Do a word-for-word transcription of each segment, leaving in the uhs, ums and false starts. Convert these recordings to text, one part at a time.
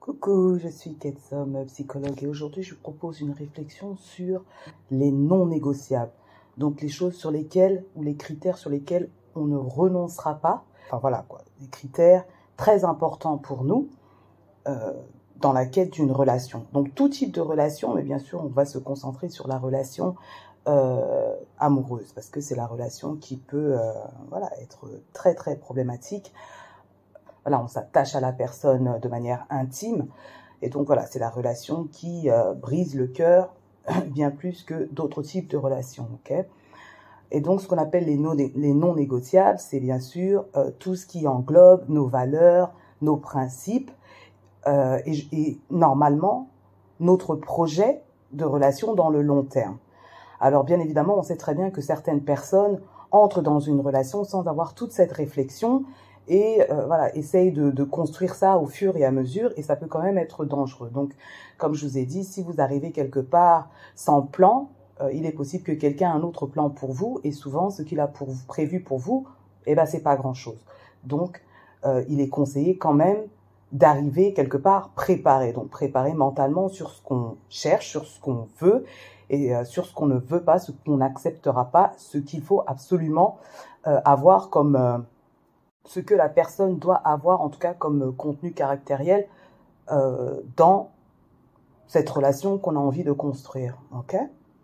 Coucou, je suis Ketsom, psychologue, et aujourd'hui je vous propose une réflexion sur les non négociables. Donc les choses sur lesquelles, ou les critères sur lesquels on ne renoncera pas. Enfin voilà quoi, des critères très importants pour nous euh, dans la quête d'une relation. Donc tout type de relation, mais bien sûr on va se concentrer sur la relation euh, amoureuse, parce que c'est la relation qui peut euh, voilà, être très très problématique. Voilà, on s'attache à la personne de manière intime. Et donc voilà, c'est la relation qui euh, brise le cœur bien plus que d'autres types de relations. Okay, et donc ce qu'on appelle les non, les non négociables, c'est bien sûr euh, tout ce qui englobe nos valeurs, nos principes euh, et, et normalement notre projet de relation dans le long terme. Alors bien évidemment, on sait très bien que certaines personnes entrent dans une relation sans avoir toute cette réflexion et euh, voilà, essaye de, de construire ça au fur et à mesure, et ça peut quand même être dangereux. Donc, comme je vous ai dit, si vous arrivez quelque part sans plan, euh, il est possible que quelqu'un ait un autre plan pour vous, et souvent, ce qu'il a pour vous, prévu pour vous, eh ben, c'est pas grand-chose. Donc, euh, il est conseillé quand même d'arriver quelque part préparé, donc préparé mentalement sur ce qu'on cherche, sur ce qu'on veut, et euh, sur ce qu'on ne veut pas, ce qu'on n'acceptera pas, ce qu'il faut absolument euh, avoir comme... Euh, ce que la personne doit avoir, en tout cas comme contenu caractériel, euh, dans cette relation qu'on a envie de construire. Okay ?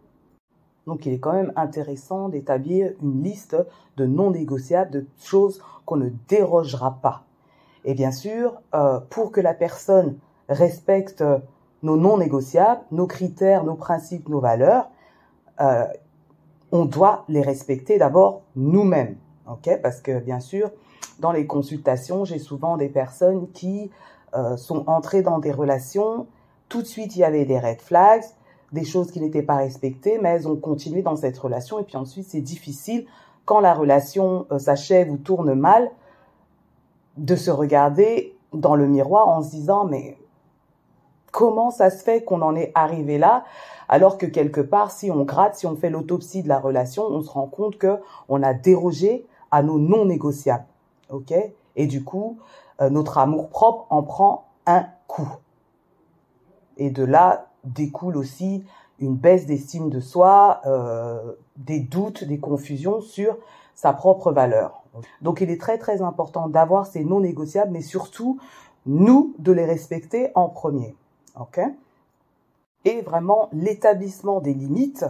Donc, il est quand même intéressant d'établir une liste de non négociables, de choses qu'on ne dérogera pas. Et bien sûr, euh, pour que la personne respecte nos non négociables, nos critères, nos principes, nos valeurs, euh, on doit les respecter d'abord nous-mêmes. Okay ? Parce que bien sûr, dans les consultations, j'ai souvent des personnes qui euh, sont entrées dans des relations. Tout de suite, il y avait des red flags, des choses qui n'étaient pas respectées, mais elles ont continué dans cette relation. Et puis ensuite, c'est difficile, quand la relation euh, s'achève ou tourne mal, de se regarder dans le miroir en se disant « mais comment ça se fait qu'on en est arrivé là ?» Alors que quelque part, si on gratte, si on fait l'autopsie de la relation, on se rend compte qu'on a dérogé à nos non négociables. Okay ? Et du coup, euh, notre amour-propre en prend un coup. Et de là découle aussi une baisse d'estime de soi, euh, des doutes, des confusions sur sa propre valeur. Donc, il est très, très important d'avoir ces non négociables, mais surtout, nous, de les respecter en premier. Okay ? Et vraiment, l'établissement des limites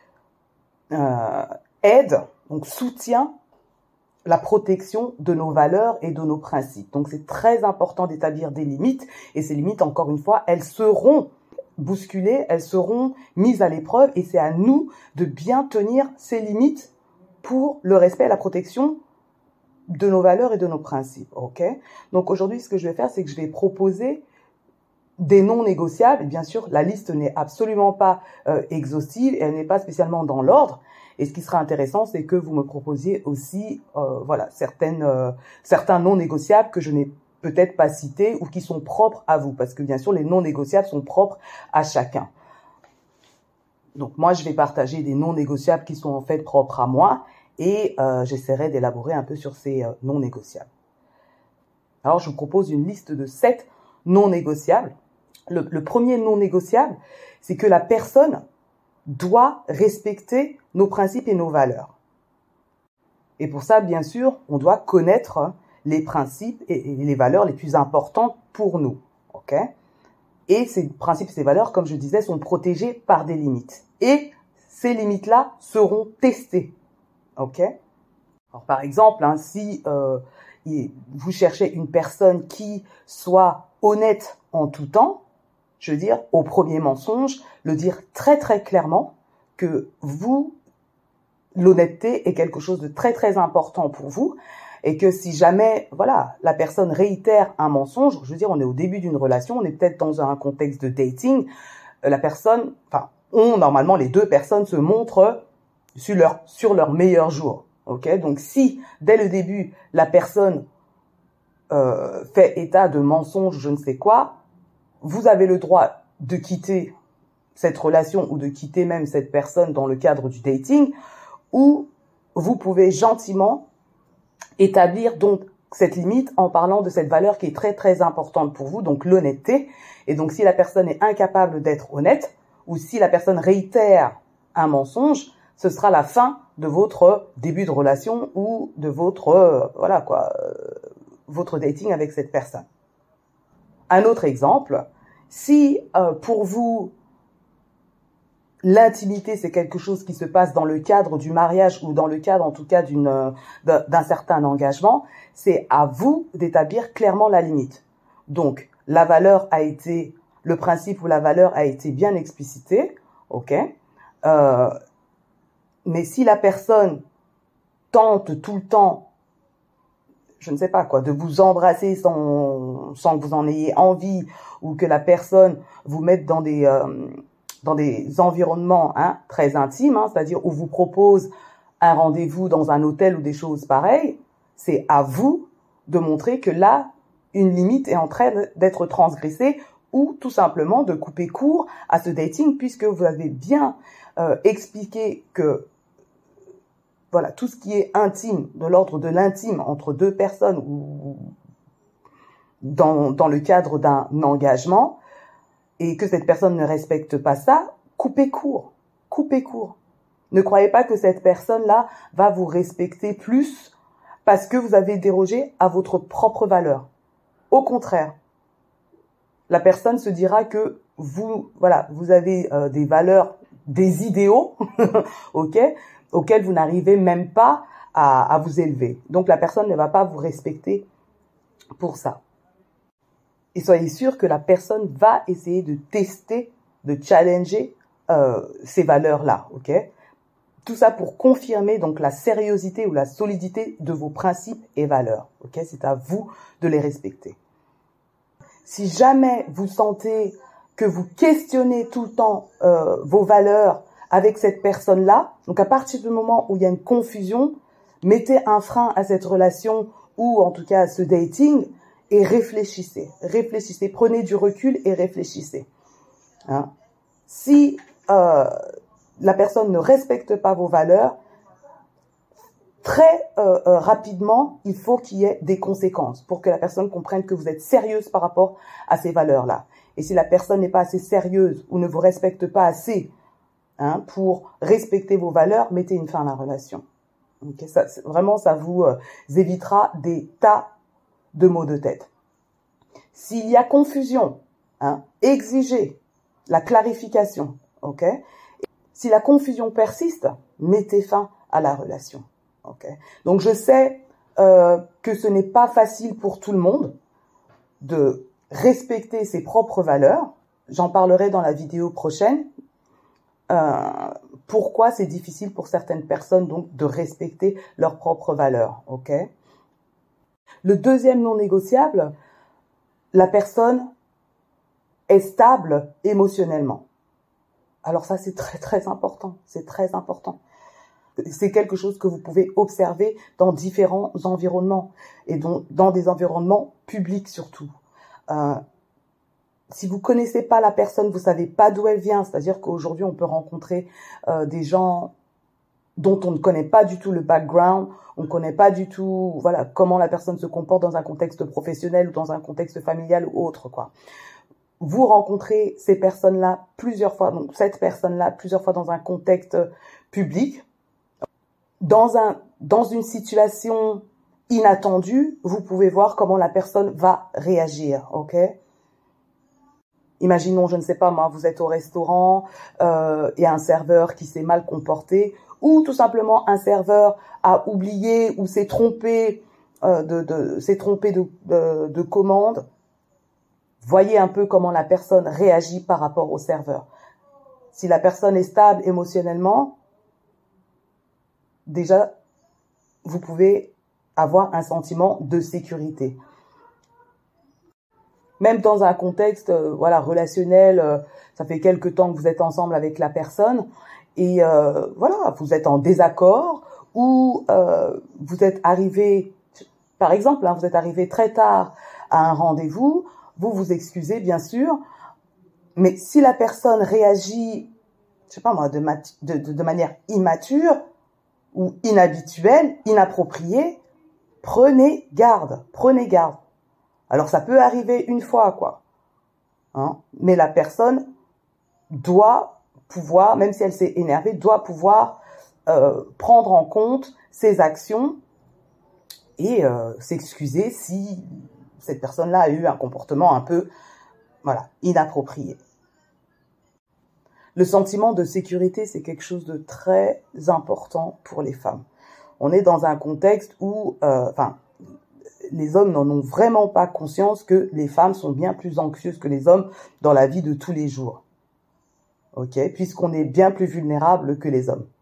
euh, aide, donc soutient la protection de nos valeurs et de nos principes. Donc, c'est très important d'établir des limites. Et ces limites, encore une fois, elles seront bousculées, elles seront mises à l'épreuve. Et c'est à nous de bien tenir ces limites pour le respect et la protection de nos valeurs et de nos principes. Okay ? Donc, aujourd'hui, ce que je vais faire, c'est que je vais proposer des non négociables. Et bien sûr, la liste n'est absolument pas euh, exhaustive et elle n'est pas spécialement dans l'ordre. Et ce qui sera intéressant, c'est que vous me proposiez aussi, euh, voilà, certaines, euh, certains non négociables que je n'ai peut-être pas cités ou qui sont propres à vous, parce que bien sûr, les non négociables sont propres à chacun. Donc moi, je vais partager des non négociables qui sont en fait propres à moi, et euh, j'essaierai d'élaborer un peu sur ces euh, non négociables. Alors, je vous propose une liste de sept non négociables. Le, le premier non négociable, c'est que la personne doit respecter nos principes et nos valeurs. Et pour ça, bien sûr, on doit connaître les principes et les valeurs les plus importantes pour nous. Okay ? Et ces principes et ces valeurs, comme je disais, sont protégés par des limites. Et ces limites-là seront testées. Okay ? Alors, par exemple, hein, si euh, vous cherchez une personne qui soit honnête en tout temps, je veux dire, au premier mensonge, le dire très très clairement que vous, l'honnêteté est quelque chose de très très important pour vous, et que si jamais, voilà, la personne réitère un mensonge, je veux dire, on est au début d'une relation, on est peut-être dans un contexte de dating, la personne, enfin, on, normalement, les deux personnes se montrent sur leur, sur leur meilleur jour. Okay ? Donc, si, dès le début, la personne euh, fait état de mensonges, je ne sais quoi, vous avez le droit de quitter cette relation ou de quitter même cette personne dans le cadre du dating, ou vous pouvez gentiment établir donc cette limite en parlant de cette valeur qui est très très importante pour vous, donc l'honnêteté. Et donc si la personne est incapable d'être honnête, ou si la personne réitère un mensonge, ce sera la fin de votre début de relation ou de votre, euh, voilà quoi, euh, votre dating avec cette personne. Un autre exemple, si euh, pour vous, l'intimité, c'est quelque chose qui se passe dans le cadre du mariage ou dans le cadre, en tout cas, d'une, euh, d'un certain engagement, c'est à vous d'établir clairement la limite. Donc, la valeur a été, le principe ou la valeur a été bien explicité, ok. Euh, mais si la personne tente tout le temps, je ne sais pas quoi, de vous embrasser sans, sans que vous en ayez envie, ou que la personne vous mette dans des, euh, dans des environnements hein, très intimes, hein, c'est-à-dire où vous propose un rendez-vous dans un hôtel ou des choses pareilles, c'est à vous de montrer que là, une limite est en train d'être transgressée, ou tout simplement de couper court à ce dating, puisque vous avez bien euh, expliqué que voilà, tout ce qui est intime, de l'ordre de l'intime entre deux personnes ou dans, dans le cadre d'un engagement, et que cette personne ne respecte pas ça, coupez court, coupez court. Ne croyez pas que cette personne-là va vous respecter plus parce que vous avez dérogé à votre propre valeur. Au contraire, la personne se dira que vous, voilà, vous avez euh, des valeurs, des idéaux, ok, auxquels vous n'arrivez même pas à, à vous élever. Donc la personne ne va pas vous respecter pour ça. Et soyez sûr que la personne va essayer de tester, de challenger euh, ces valeurs-là, ok? Tout ça pour confirmer donc la sérieuxité ou la solidité de vos principes et valeurs, ok? C'est à vous de les respecter. Si jamais vous sentez que vous questionnez tout le temps euh, vos valeurs avec cette personne-là, donc à partir du moment où il y a une confusion, mettez un frein à cette relation ou en tout cas à ce dating et réfléchissez. Réfléchissez, prenez du recul et réfléchissez. Hein? Si euh, la personne ne respecte pas vos valeurs, très euh, euh, rapidement, il faut qu'il y ait des conséquences pour que la personne comprenne que vous êtes sérieuse par rapport à ces valeurs-là. Et si la personne n'est pas assez sérieuse ou ne vous respecte pas assez, Hein, pour respecter vos valeurs, mettez une fin à la relation. Okay, ça, vraiment, ça vous euh, évitera des tas de maux de tête. S'il y a confusion, hein, exigez la clarification. Okay. Si la confusion persiste, mettez fin à la relation. Okay. Donc, je sais euh, que ce n'est pas facile pour tout le monde de respecter ses propres valeurs. J'en parlerai dans la vidéo prochaine. Euh, pourquoi c'est difficile pour certaines personnes donc de respecter leurs propres valeurs, ok? Le deuxième non négociable, la personne est stable émotionnellement. Alors ça c'est très très important, c'est très important. C'est quelque chose que vous pouvez observer dans différents environnements et donc dans des environnements publics surtout. Euh, Si vous connaissez pas la personne, vous savez pas d'où elle vient, c'est-à-dire qu'aujourd'hui on peut rencontrer euh, des gens dont on ne connaît pas du tout le background, on ne connaît pas du tout, voilà, comment la personne se comporte dans un contexte professionnel ou dans un contexte familial ou autre, quoi. Vous rencontrez ces personnes-là plusieurs fois, donc cette personne-là plusieurs fois dans un contexte public, dans un, dans une situation inattendue, vous pouvez voir comment la personne va réagir, ok? Imaginons, je ne sais pas moi, vous êtes au restaurant euh, et un serveur qui s'est mal comporté, ou tout simplement un serveur a oublié ou s'est trompé euh, de, de s'est trompé de, de, de commande. Voyez un peu comment la personne réagit par rapport au serveur. Si la personne est stable émotionnellement, déjà vous pouvez avoir un sentiment de sécurité. Même dans un contexte euh, voilà relationnel, euh, ça fait quelque temps que vous êtes ensemble avec la personne et euh, voilà, vous êtes en désaccord ou euh, vous êtes arrivé, par exemple, hein, vous êtes arrivé très tard à un rendez-vous, vous vous excusez bien sûr, mais si la personne réagit, je sais pas moi, de, de, de, de manière immature ou inhabituelle, inappropriée, prenez garde, prenez garde. Alors ça peut arriver une fois, quoi. Hein, mais la personne doit pouvoir, même si elle s'est énervée, doit pouvoir euh, prendre en compte ses actions et euh, s'excuser si cette personne-là a eu un comportement un peu, voilà, inapproprié. Le sentiment de sécurité, c'est quelque chose de très important pour les femmes. On est dans un contexte où, euh, enfin, les hommes n'en ont vraiment pas conscience que les femmes sont bien plus anxieuses que les hommes dans la vie de tous les jours. Ok, puisqu'on est bien plus vulnérable que les hommes.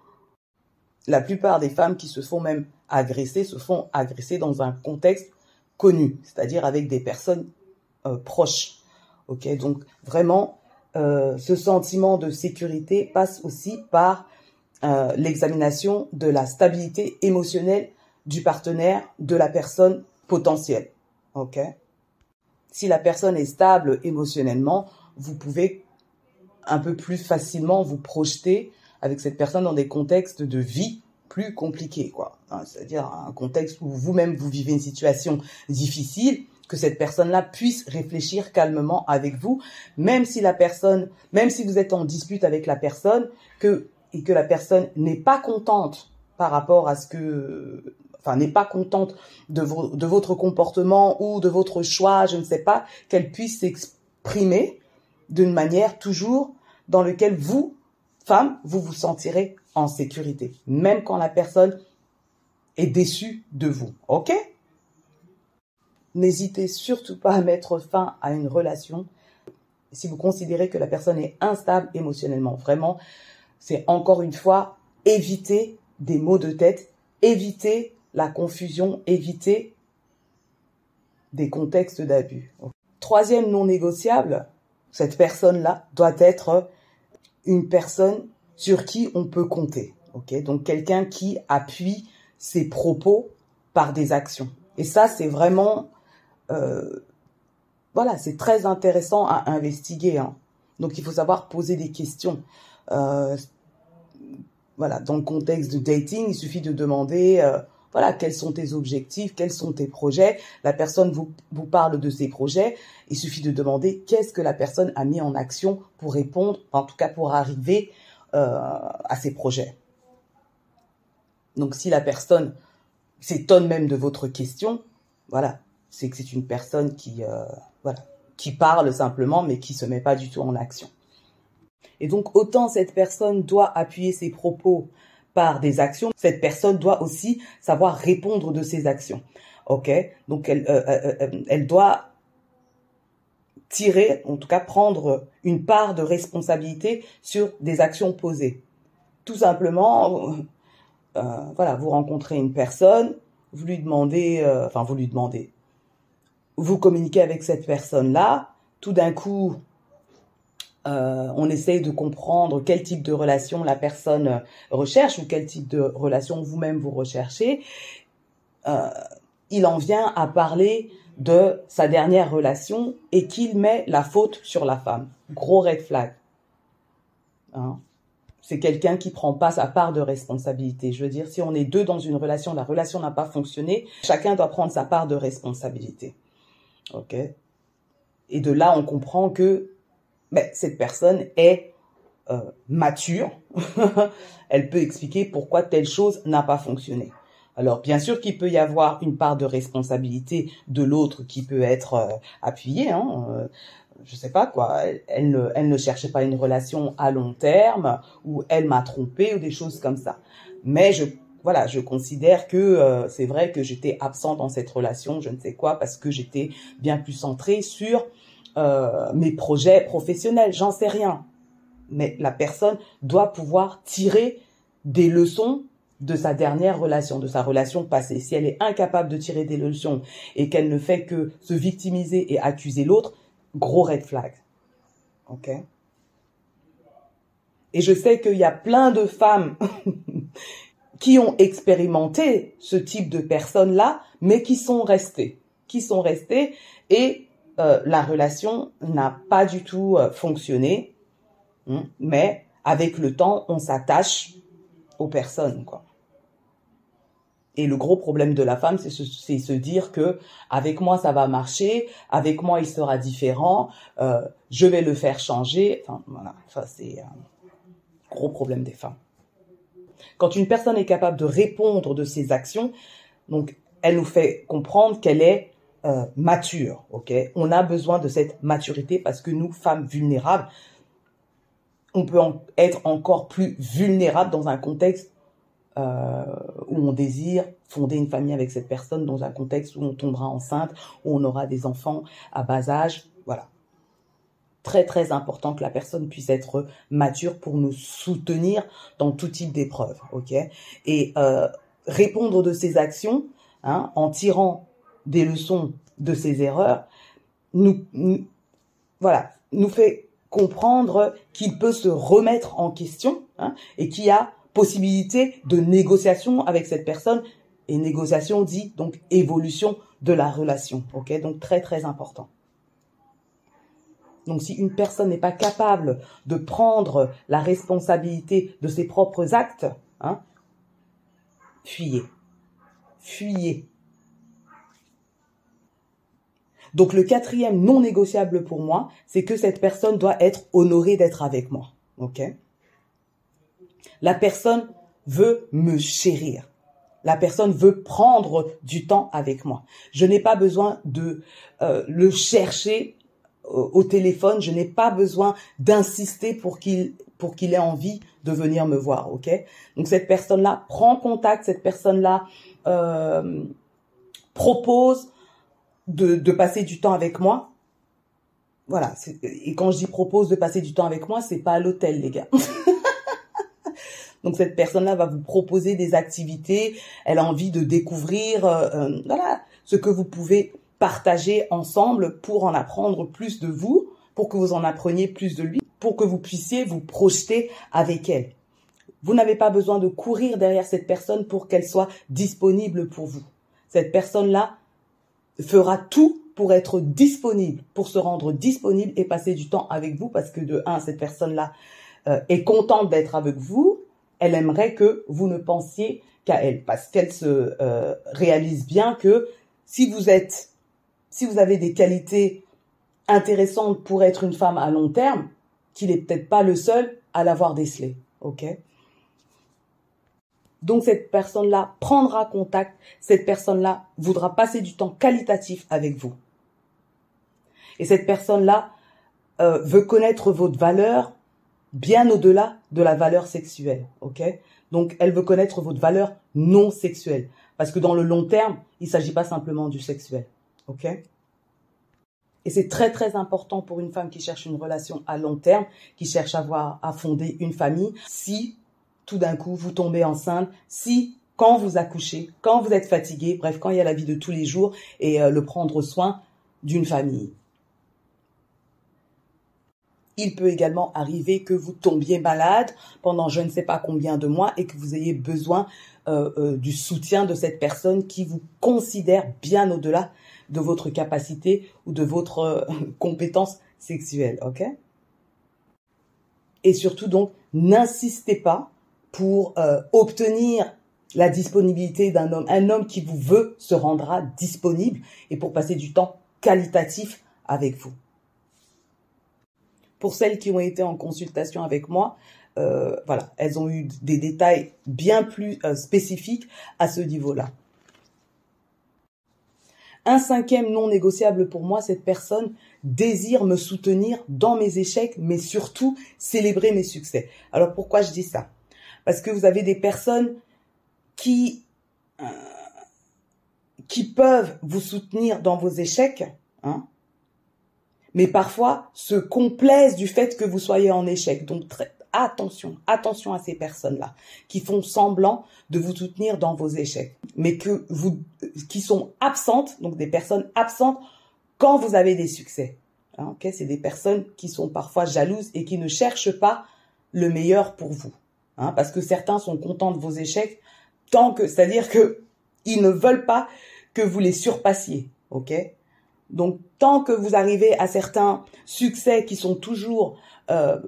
La plupart des femmes qui se font même agresser se font agresser dans un contexte connu, c'est-à-dire avec des personnes euh, proches. Ok, donc vraiment, euh, ce sentiment de sécurité passe aussi par euh, l'examination de la stabilité émotionnelle du partenaire, de la personne potentielle. Ok, si la personne est stable émotionnellement, vous pouvez un peu plus facilement vous projeter avec cette personne dans des contextes de vie plus compliqués, quoi. Hein, c'est-à-dire un contexte où vous-même vous vivez une situation difficile, que cette personne-là puisse réfléchir calmement avec vous, même si la personne, même si vous êtes en dispute avec la personne, que et que la personne n'est pas contente par rapport à ce que, enfin n'est pas contente de, vo, de votre comportement ou de votre choix, je ne sais pas, qu'elle puisse s'exprimer d'une manière toujours dans laquelle vous, femme, vous vous sentirez en sécurité, même quand la personne est déçue de vous. Ok? N'hésitez surtout pas à mettre fin à une relation si vous considérez que la personne est instable émotionnellement. Vraiment, c'est encore une fois, éviter des maux de tête, éviter la confusion, éviter des contextes d'abus. Troisième non négociable, cette personne-là doit être une personne sur qui on peut compter. Okay, donc quelqu'un qui appuie ses propos par des actions. Et ça, c'est vraiment, euh, voilà, c'est très intéressant à investiguer. Hein. Donc il faut savoir poser des questions. Euh, voilà, dans le contexte de dating, il suffit de demander, euh, voilà, quels sont tes objectifs, quels sont tes projets. La personne vous, vous parle de ses projets. Il suffit de demander qu'est-ce que la personne a mis en action pour répondre, en tout cas pour arriver euh, à ses projets. Donc, si la personne s'étonne même de votre question, voilà, c'est que c'est une personne qui, euh, voilà, qui parle simplement, mais qui se met pas du tout en action. Et donc, autant cette personne doit appuyer ses propos par des actions, cette personne doit aussi savoir répondre de ses actions. Ok, donc elle, euh, euh, elle doit tirer, en tout cas prendre une part de responsabilité sur des actions posées. Tout simplement, euh, voilà, vous rencontrez une personne, vous lui demandez, euh, enfin vous lui demandez, vous communiquez avec cette personne-là, tout d'un coup, euh, on essaye de comprendre quel type de relation la personne recherche ou quel type de relation vous-même vous recherchez. Euh, il en vient à parler de sa dernière relation et qu'il met la faute sur la femme. Gros red flag. Hein? C'est quelqu'un qui prend pas sa part de responsabilité. Je veux dire, si on est deux dans une relation, la relation n'a pas fonctionné, chacun doit prendre sa part de responsabilité. Ok? Et de là, on comprend que ben, cette personne est euh, mature. Elle peut expliquer pourquoi telle chose n'a pas fonctionné. Alors, bien sûr qu'il peut y avoir une part de responsabilité de l'autre qui peut être euh, appuyée. Hein, euh, je sais pas quoi. Elle, elle, ne, elle ne cherchait pas une relation à long terme ou elle m'a trompé ou des choses comme ça. Mais je, voilà, je considère que euh, c'est vrai que j'étais absente dans cette relation, je ne sais quoi, parce que j'étais bien plus centrée sur euh, mes projets professionnels. J'en sais rien. Mais la personne doit pouvoir tirer des leçons de sa dernière relation, de sa relation passée. Si elle est incapable de tirer des leçons et qu'elle ne fait que se victimiser et accuser l'autre, gros red flag. Ok? Et je sais qu'il y a plein de femmes qui ont expérimenté ce type de personnes-là, mais qui sont restées. Qui sont restées et euh, la relation n'a pas du tout euh, fonctionné. Hein, mais avec le temps, on s'attache aux personnes, quoi. Et le gros problème de la femme, c'est se, c'est se dire que avec moi ça va marcher, avec moi il sera différent, euh, je vais le faire changer. Enfin voilà, ça c'est un gros problème des femmes. Quand une personne est capable de répondre de ses actions, donc elle nous fait comprendre qu'elle est euh, mature. Ok, on a besoin de cette maturité parce que nous, femmes vulnérables, on peut en être encore plus vulnérables dans un contexte Euh, où on désire fonder une famille avec cette personne, dans un contexte où on tombera enceinte, où on aura des enfants à bas âge. Voilà. Très, très important que la personne puisse être mature pour nous soutenir dans tout type d'épreuve. Ok. Et euh, répondre de ses actions, hein, en tirant des leçons de ses erreurs, nous, nous, voilà, nous fait comprendre qu'il peut se remettre en question, hein, et qu'il y a possibilité de négociation avec cette personne, et négociation dit donc évolution de la relation. Ok, donc très très important. Donc si une personne n'est pas capable de prendre la responsabilité de ses propres actes, hein, fuyez, fuyez. Donc le quatrième non négociable pour moi, c'est que cette personne doit être honorée d'être avec moi. Ok. La personne veut me chérir. La personne veut prendre du temps avec moi. Je n'ai pas besoin de euh, le chercher au, au téléphone. Je n'ai pas besoin d'insister pour qu'il pour qu'il ait envie de venir me voir. Ok. Donc cette personne-là prend contact. Cette personne-là euh, propose de, de passer du temps avec moi. Voilà. Et quand je dis propose de passer du temps avec moi, c'est pas à l'hôtel, les gars. Donc cette personne-là va vous proposer des activités, elle a envie de découvrir euh, euh, voilà, ce que vous pouvez partager ensemble pour en apprendre plus de vous, pour que vous en appreniez plus de lui, pour que vous puissiez vous projeter avec elle. Vous n'avez pas besoin de courir derrière cette personne pour qu'elle soit disponible pour vous. Cette personne-là fera tout pour être disponible, pour se rendre disponible et passer du temps avec vous parce que de un, cette personne-là euh, est contente d'être avec vous. Elle aimerait que vous ne pensiez qu'à elle, parce qu'elle se euh, réalise bien que si vous êtes, si vous avez des qualités intéressantes pour être une femme à long terme, qu'il est peut-être pas le seul à l'avoir décelé, ok? Donc cette personne-là prendra contact, cette personne-là voudra passer du temps qualitatif avec vous. Et cette personne-là euh, veut connaître votre valeur, bien au-delà de la valeur sexuelle, ok? Donc, elle veut connaître votre valeur non sexuelle. Parce que dans le long terme, il ne s'agit pas simplement du sexuel, ok? Et c'est très, très important pour une femme qui cherche une relation à long terme, qui cherche à, avoir, à fonder une famille, si tout d'un coup, vous tombez enceinte, si quand vous accouchez, quand vous êtes fatigué, bref, quand il y a la vie de tous les jours et euh, le prendre soin d'une famille. Il peut également arriver que vous tombiez malade pendant je ne sais pas combien de mois et que vous ayez besoin euh, euh, du soutien de cette personne qui vous considère bien au-delà de votre capacité ou de votre euh, compétence sexuelle, ok? Et surtout donc, n'insistez pas pour euh, obtenir la disponibilité d'un homme. Un homme qui vous veut se rendra disponible et pour passer du temps qualitatif avec vous. Pour celles qui ont été en consultation avec moi, euh, voilà, elles ont eu des détails bien plus euh, spécifiques à ce niveau-là. Un cinquième non négociable pour moi, cette personne désire me soutenir dans mes échecs, mais surtout célébrer mes succès. Alors pourquoi je dis ça? Parce que vous avez des personnes qui, euh, qui peuvent vous soutenir dans vos échecs, hein, mais parfois se complaisent du fait que vous soyez en échec. Donc très, attention, attention à ces personnes-là qui font semblant de vous soutenir dans vos échecs, mais que vous, qui sont absentes, donc des personnes absentes quand vous avez des succès. Hein, okay, c'est des personnes qui sont parfois jalouses et qui ne cherchent pas le meilleur pour vous, hein, parce que certains sont contents de vos échecs tant que, c'est-à-dire que ils ne veulent pas que vous les surpassiez, ok? Donc, tant que vous arrivez à certains succès qui sont toujours, euh,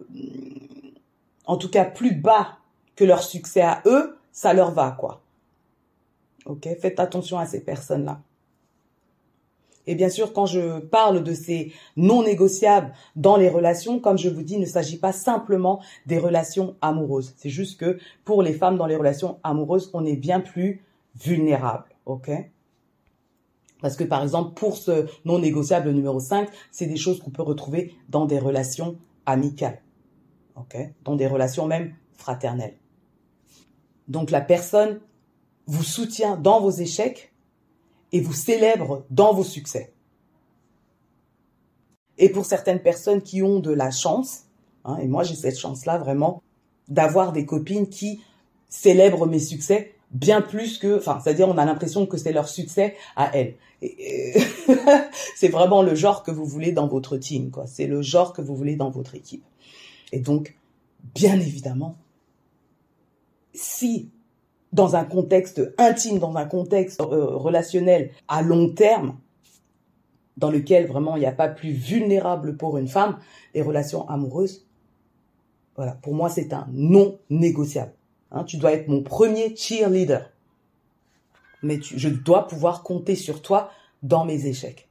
en tout cas, plus bas que leur succès à eux, ça leur va, quoi. Ok, faites attention à ces personnes-là. Et bien sûr, quand je parle de ces non négociables dans les relations, comme je vous dis, il ne s'agit pas simplement des relations amoureuses. C'est juste que pour les femmes dans les relations amoureuses, on est bien plus vulnérable. Ok? Parce que par exemple, pour ce non négociable numéro cinq, c'est des choses qu'on peut retrouver dans des relations amicales. Ok? Dans des relations même fraternelles. Donc la personne vous soutient dans vos échecs et vous célèbre dans vos succès. Et pour certaines personnes qui ont de la chance, hein, et moi j'ai cette chance-là vraiment, d'avoir des copines qui célèbrent mes succès bien plus que, enfin, c'est-à-dire on a l'impression que c'est leur succès à elles. Et, et c'est vraiment le genre que vous voulez dans votre team, quoi. C'est le genre que vous voulez dans votre équipe. Et donc, bien évidemment, si dans un contexte intime, dans un contexte euh, relationnel à long terme, dans lequel vraiment il n'y a pas plus vulnérable pour une femme, les relations amoureuses, voilà, pour moi c'est un non négociable. Hein, tu dois être mon premier cheerleader. Mais tu, je dois pouvoir compter sur toi dans mes échecs.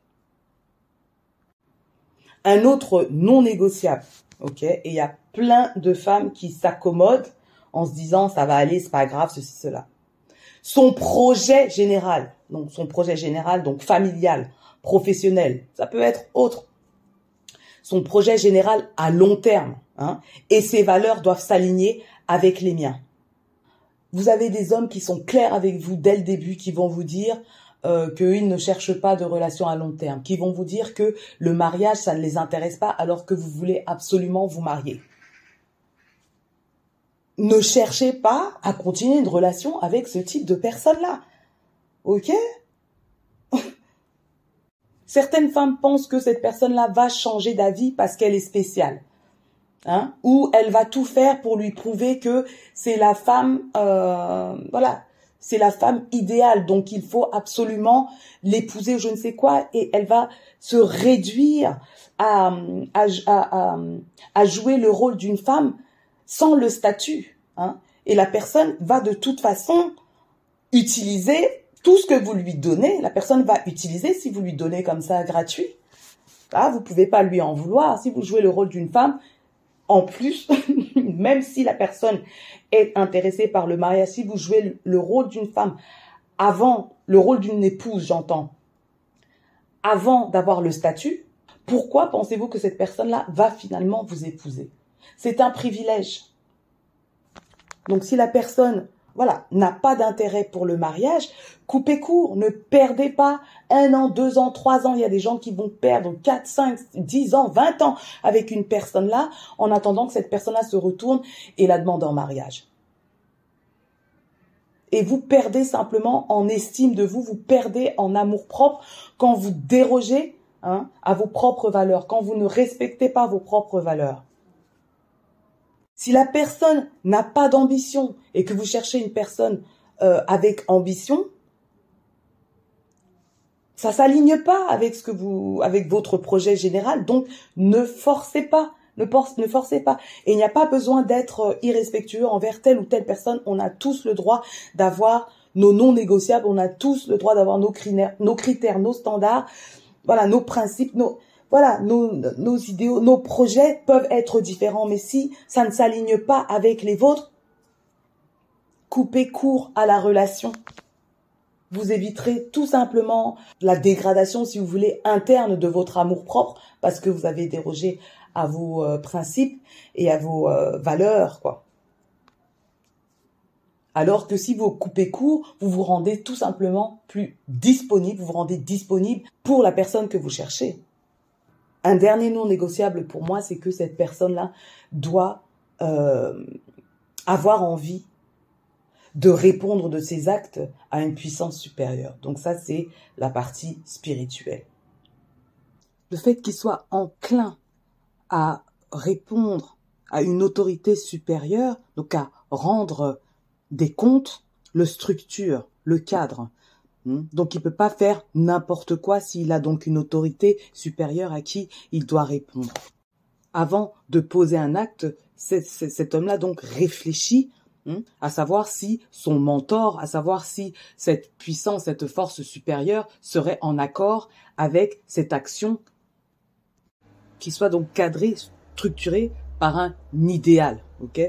Un autre non négociable, ok, et il y a plein de femmes qui s'accommodent en se disant ça va aller, c'est pas grave, ceci, cela. Son projet général, donc son projet général, donc familial, professionnel, ça peut être autre. Son projet général à long terme, hein, et ses valeurs doivent s'aligner avec les miens. Vous avez des hommes qui sont clairs avec vous dès le début, qui vont vous dire euh, qu'ils ne cherchent pas de relation à long terme, qui vont vous dire que le mariage, ça ne les intéresse pas alors que vous voulez absolument vous marier. Ne cherchez pas à continuer une relation avec ce type de personne-là. Ok? Certaines femmes pensent que cette personne-là va changer d'avis parce qu'elle est spéciale. Hein? Ou elle va tout faire pour lui prouver que c'est la femme, euh, voilà, c'est la femme idéale. Donc il faut absolument l'épouser, je ne sais quoi, et elle va se réduire à, à, à, à, à jouer le rôle d'une femme sans le statut, hein. Et la personne va de toute façon utiliser tout ce que vous lui donnez. La personne va utiliser si vous lui donnez comme ça gratuit. Ah, vous pouvez pas lui en vouloir. Si vous jouez le rôle d'une femme, en plus, même si la personne est intéressée par le mariage, si vous jouez le rôle d'une femme avant, le rôle d'une épouse, j'entends, avant d'avoir le statut, pourquoi pensez-vous que cette personne-là va finalement vous épouser? C'est un privilège. Donc, si la personne, voilà, n'a pas d'intérêt pour le mariage, coupez court, ne perdez pas un an, deux ans, trois ans. Il y a des gens qui vont perdre quatre, cinq, dix ans, vingt ans avec une personne-là, en attendant que cette personne-là se retourne et la demande en mariage. Et vous perdez simplement en estime de vous, vous perdez en amour-propre quand vous dérogez, hein, à vos propres valeurs, quand vous ne respectez pas vos propres valeurs. Si la personne n'a pas d'ambition et que vous cherchez une personne euh, avec ambition, ça s'aligne pas avec ce que vous, avec votre projet général. Donc, ne forcez pas, ne, ne forcez pas. Et il n'y a pas besoin d'être irrespectueux envers telle ou telle personne. On a tous le droit d'avoir nos non négociables. On a tous le droit d'avoir nos critères, nos critères, nos standards, voilà, nos principes, nos Voilà, nos, nos idéaux, nos projets peuvent être différents, mais si ça ne s'aligne pas avec les vôtres, coupez court à la relation. Vous éviterez tout simplement la dégradation, si vous voulez, interne de votre amour-propre, parce que vous avez dérogé à vos euh, principes et à vos euh, valeurs, quoi. Alors que si vous coupez court, vous vous rendez tout simplement plus disponible, vous vous rendez disponible pour la personne que vous cherchez. Un dernier non négociable pour moi, c'est que cette personne-là doit euh, avoir envie de répondre de ses actes à une puissance supérieure. Donc ça, c'est la partie spirituelle. Le fait qu'il soit enclin à répondre à une autorité supérieure, donc à rendre des comptes, le structure, le cadre. Donc, il peut pas faire n'importe quoi s'il a donc une autorité supérieure à qui il doit répondre. Avant de poser un acte, cet homme-là donc réfléchit hein, à savoir si son mentor, à savoir si cette puissance, cette force supérieure serait en accord avec cette action qui soit donc cadrée, structurée par un idéal, ok?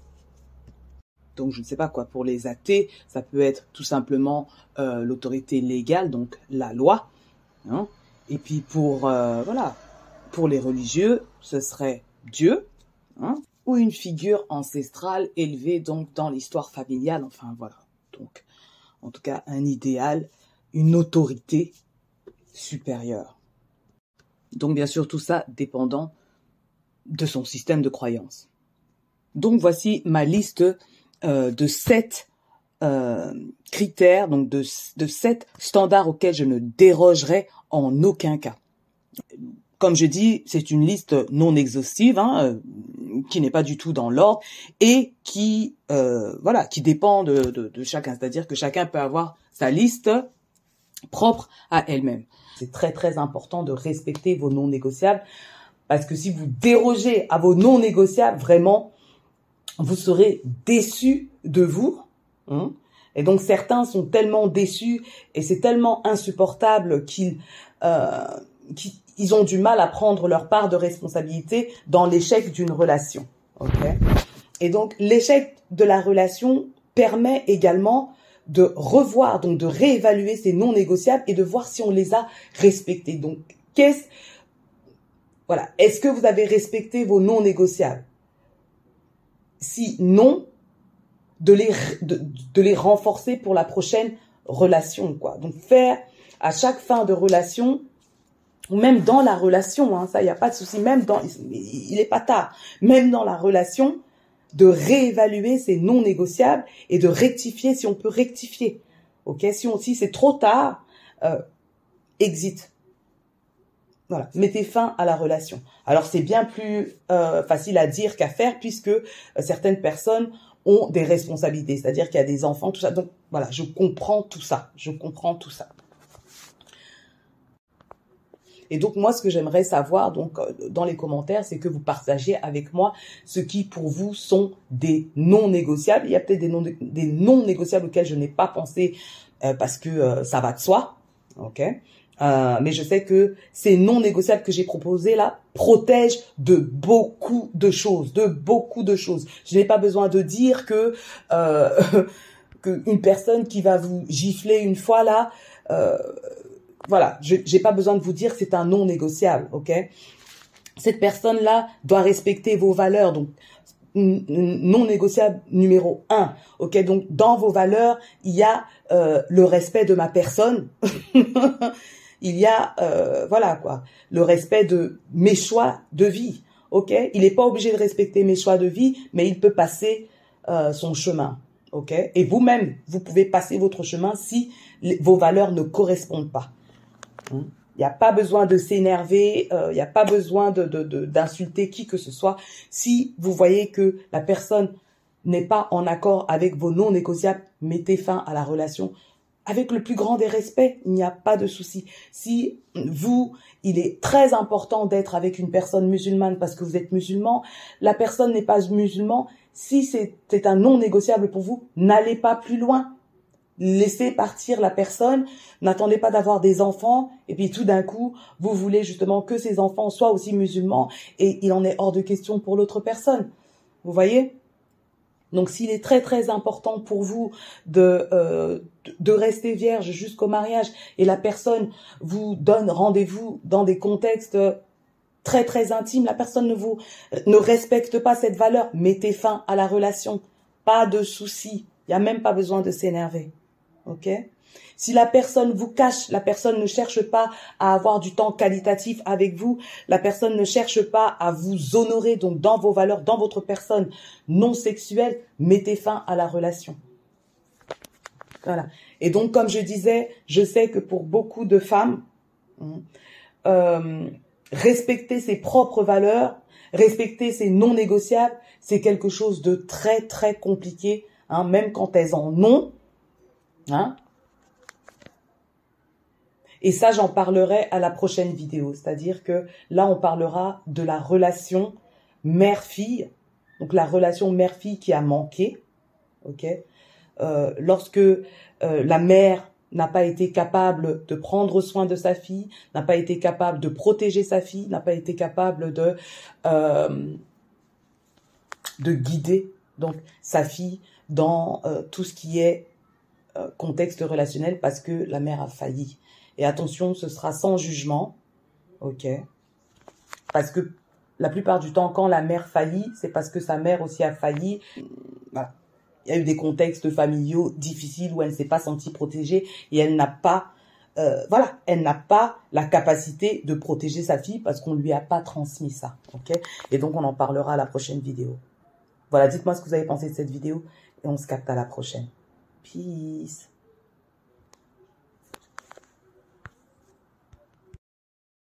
Donc, je ne sais pas quoi, pour les athées, ça peut être tout simplement euh, l'autorité légale, donc la loi, hein. Et puis pour, euh, voilà, pour les religieux, ce serait Dieu, hein, ou une figure ancestrale élevée donc dans l'histoire familiale, enfin voilà. Donc, en tout cas, un idéal, une autorité supérieure. Donc, bien sûr, tout ça dépendant de son système de croyance. Donc, voici ma liste euh, de sept euh, critères, donc de, de sept standards auxquels je ne dérogerai en aucun cas. Comme je dis, c'est une liste non exhaustive, hein, euh, qui n'est pas du tout dans l'ordre et qui, euh, voilà, qui dépend de, de, de chacun. C'est-à-dire que chacun peut avoir sa liste propre à elle-même. C'est très très important de respecter vos non négociables parce que si vous dérogez à vos non négociables, vraiment, vous serez déçus de vous. Hein. Et donc certains sont tellement déçus et c'est tellement insupportable qu'ils euh, qu'ils ils ont du mal à prendre leur part de responsabilité dans l'échec d'une relation. Okay. Et donc l'échec de la relation permet également de revoir, donc de réévaluer ces non négociables et de voir si on les a respectés. Donc qu'est-ce, voilà, est-ce que vous avez respecté vos non négociables? Si non, de les de, de les renforcer pour la prochaine relation, quoi. Donc faire à chaque fin de relation, ou même dans la relation, hein, ça, il n'y a pas de souci, même dans, il n'est pas tard, même dans la relation, de réévaluer ces non négociables et de rectifier si on peut rectifier. Ok, si, on, si c'est trop tard, euh, exit. Voilà, mettez fin à la relation. Alors c'est bien plus euh, facile à dire qu'à faire puisque euh, certaines personnes ont des responsabilités, c'est-à-dire qu'il y a des enfants, tout ça. Donc voilà, je comprends tout ça, je comprends tout ça. Et donc, moi, ce que j'aimerais savoir donc dans les commentaires, c'est que vous partagiez avec moi ce qui, pour vous, sont des non négociables. Il y a peut-être des non, des non négociables auxquels je n'ai pas pensé euh, parce que euh, ça va de soi. Ok. Euh, mais je sais que ces non négociables que j'ai proposés là protègent de beaucoup de choses, de beaucoup de choses. Je n'ai pas besoin de dire que euh, qu'une personne qui va vous gifler une fois là... Euh, Voilà, je j'ai pas besoin de vous dire que c'est un non négociable, ok? Cette personne-là doit respecter vos valeurs, donc non négociable numéro un, ok? Donc dans vos valeurs, il y a euh, le respect de ma personne, il y a euh, voilà quoi, le respect de mes choix de vie, ok? Il n'est pas obligé de respecter mes choix de vie, mais il peut passer euh, son chemin, ok? Et vous-même, vous pouvez passer votre chemin si les, vos valeurs ne correspondent pas. Il n'y a pas besoin de s'énerver, il euh, n'y a pas besoin de, de, de, d'insulter qui que ce soit. Si vous voyez que la personne n'est pas en accord avec vos non négociables, mettez fin à la relation avec le plus grand des respects. Il n'y a pas de souci. Si vous, il est très important d'être avec une personne musulmane parce que vous êtes musulman, la personne n'est pas musulman. Si c'est, c'est un non négociable pour vous, n'allez pas plus loin. Laissez partir la personne, n'attendez pas d'avoir des enfants et puis tout d'un coup, vous voulez justement que ces enfants soient aussi musulmans et il en est hors de question pour l'autre personne. Vous voyez? Donc s'il est très très important pour vous de, euh, de rester vierge jusqu'au mariage et la personne vous donne rendez-vous dans des contextes très très intimes, la personne ne vous ne respecte pas cette valeur, mettez fin à la relation. Pas de souci, il n'y a même pas besoin de s'énerver. Ok? Si la personne vous cache, la personne ne cherche pas à avoir du temps qualitatif avec vous, la personne ne cherche pas à vous honorer, donc dans vos valeurs, dans votre personne non sexuelle, mettez fin à la relation. Voilà. Et donc, comme je disais, je sais que pour beaucoup de femmes, euh, respecter ses propres valeurs, respecter ses non négociables, c'est quelque chose de très, très compliqué, hein, même quand elles en ont. Hein? Et ça, j'en parlerai à la prochaine vidéo. C'est-à-dire que là, on parlera de la relation mère-fille. Donc, la relation mère-fille qui a manqué. ok. Euh, lorsque euh, la mère n'a pas été capable de prendre soin de sa fille, n'a pas été capable de protéger sa fille, n'a pas été capable de euh, de guider donc sa fille dans euh, tout ce qui est euh, contexte relationnel, parce que la mère a failli. Et attention, ce sera sans jugement, ok. Parce que la plupart du temps, quand la mère faillit, c'est parce que sa mère aussi a failli. Voilà. Il y a eu des contextes familiaux difficiles où elle ne s'est pas sentie protégée et elle n'a pas, euh, voilà, elle n'a pas la capacité de protéger sa fille parce qu'on lui a pas transmis ça, ok. Et donc on en parlera à la prochaine vidéo. Voilà, dites-moi ce que vous avez pensé de cette vidéo et on se capte à la prochaine. Peace.